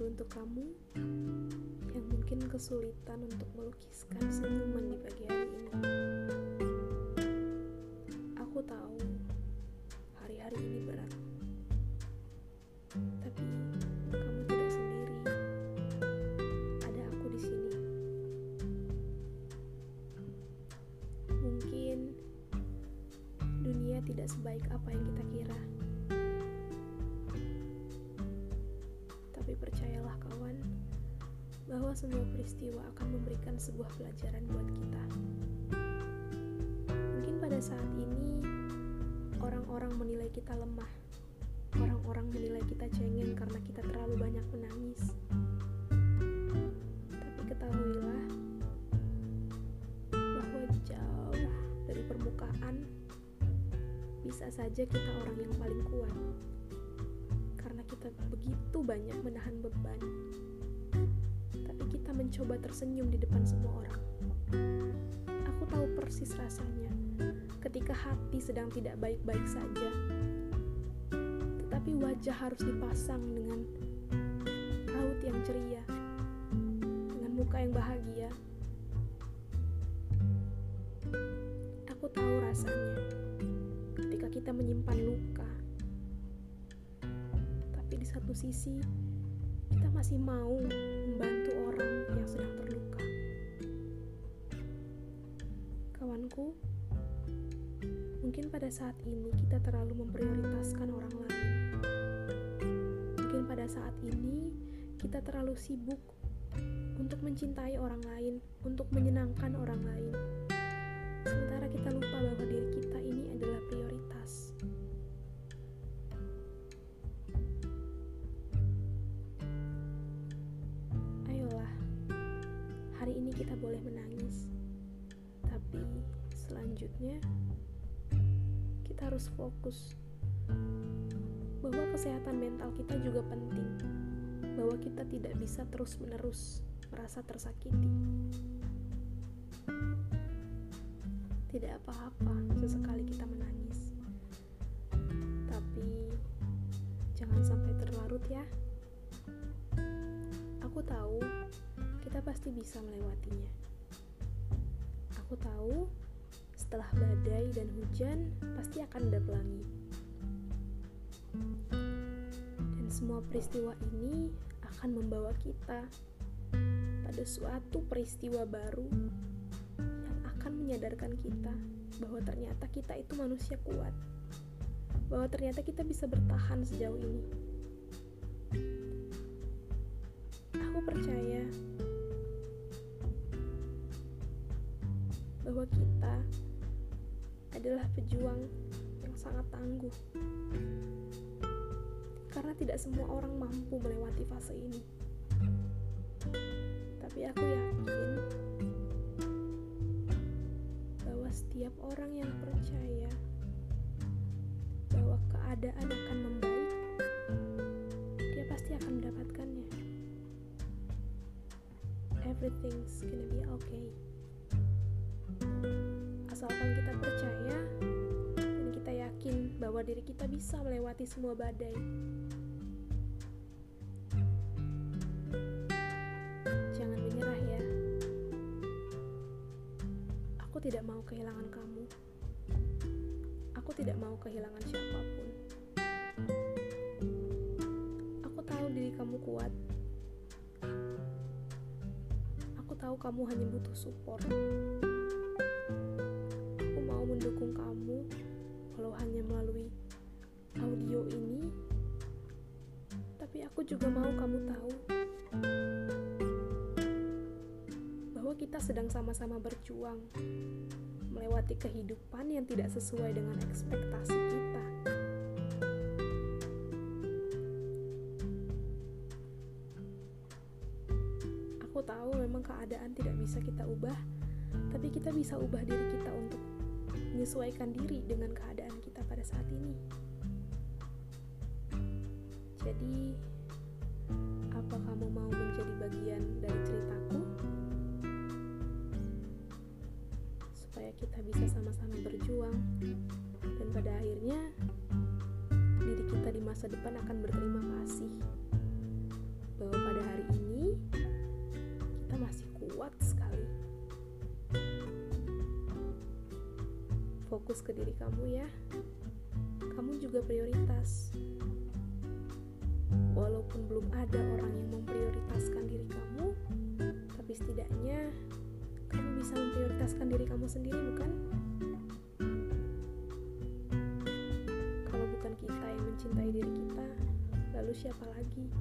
Teruntuk kamu yang mungkin kesulitan untuk melukiskan senyuman di pagi hari ini. Aku tahu hari-hari ini berat, tapi kamu tidak sendiri. Ada aku di sini. Mungkin dunia tidak sebaik apa yang kita kira. Tapi percayalah kawan, bahwa semua peristiwa akan memberikan sebuah pelajaran buat kita. Mungkin pada saat ini, orang-orang menilai kita lemah. Orang-orang menilai kita cengeng karena kita terlalu banyak menangis. Tapi ketahuilah, bahwa jauh dari permukaan, bisa saja kita orang yang paling kuat. Karena kita begitu banyak menahan beban, tapi kita mencoba tersenyum di depan semua orang. Aku tahu persis rasanya ketika hati sedang tidak baik-baik saja, tetapi wajah harus dipasang dengan raut yang ceria, dengan muka yang bahagia. Aku tahu rasanya ketika kita menyimpan luka, di satu sisi kita masih mau membantu orang yang sedang terluka. Kawanku, mungkin pada saat ini kita terlalu memprioritaskan orang lain. Mungkin pada saat ini kita terlalu sibuk untuk mencintai orang lain, untuk menyenangkan orang lain. Sementara kita lupa bahwa diri kita ini adalah prioritas. Hari ini kita boleh menangis, tapi selanjutnya kita harus fokus bahwa kesehatan mental kita juga penting, bahwa kita tidak bisa terus-menerus merasa tersakiti. Tidak apa-apa sesekali kita menangis, tapi jangan sampai terlarut ya. Aku tahu kita pasti bisa melewatinya. Aku tahu setelah badai dan hujan pasti akan ada pelangi. Dan semua peristiwa ini akan membawa kita pada suatu peristiwa baru yang akan menyadarkan kita bahwa ternyata kita itu manusia kuat, bahwa ternyata kita bisa bertahan sejauh ini. Aku percaya bahwa kita adalah pejuang yang sangat tangguh, karena tidak semua orang mampu melewati fase ini. Tapi aku yakin bahwa setiap orang yang percaya bahwa keadaan akan membaik, dia pasti akan mendapatkannya. Everything's gonna be okay. Asalkan kita percaya dan kita yakin bahwa diri kita bisa melewati semua badai. Jangan menyerah ya. Aku tidak mau kehilangan kamu. Aku tidak mau kehilangan siapapun. Aku tahu diri kamu kuat. Aku tahu kamu hanya butuh support. Mendukung kamu walau hanya melalui audio ini, tapi aku juga mau kamu tahu bahwa kita sedang sama-sama berjuang melewati kehidupan yang tidak sesuai dengan ekspektasi kita. Aku tahu memang keadaan tidak bisa kita ubah, tapi kita bisa ubah diri kita untuk menyesuaikan diri dengan keadaan kita pada saat ini. Jadi, apa kamu mau menjadi bagian dari ceritaku? Supaya kita bisa sama-sama berjuang, dan pada akhirnya diri kita di masa depan akan berterima kasih bahwa pada fokus ke diri kamu ya. Kamu juga prioritas. Walaupun belum ada orang yang memprioritaskan diri kamu, tapi setidaknya kamu bisa memprioritaskan diri kamu sendiri, bukan? Kalau bukan kita yang mencintai diri kita, lalu siapa lagi?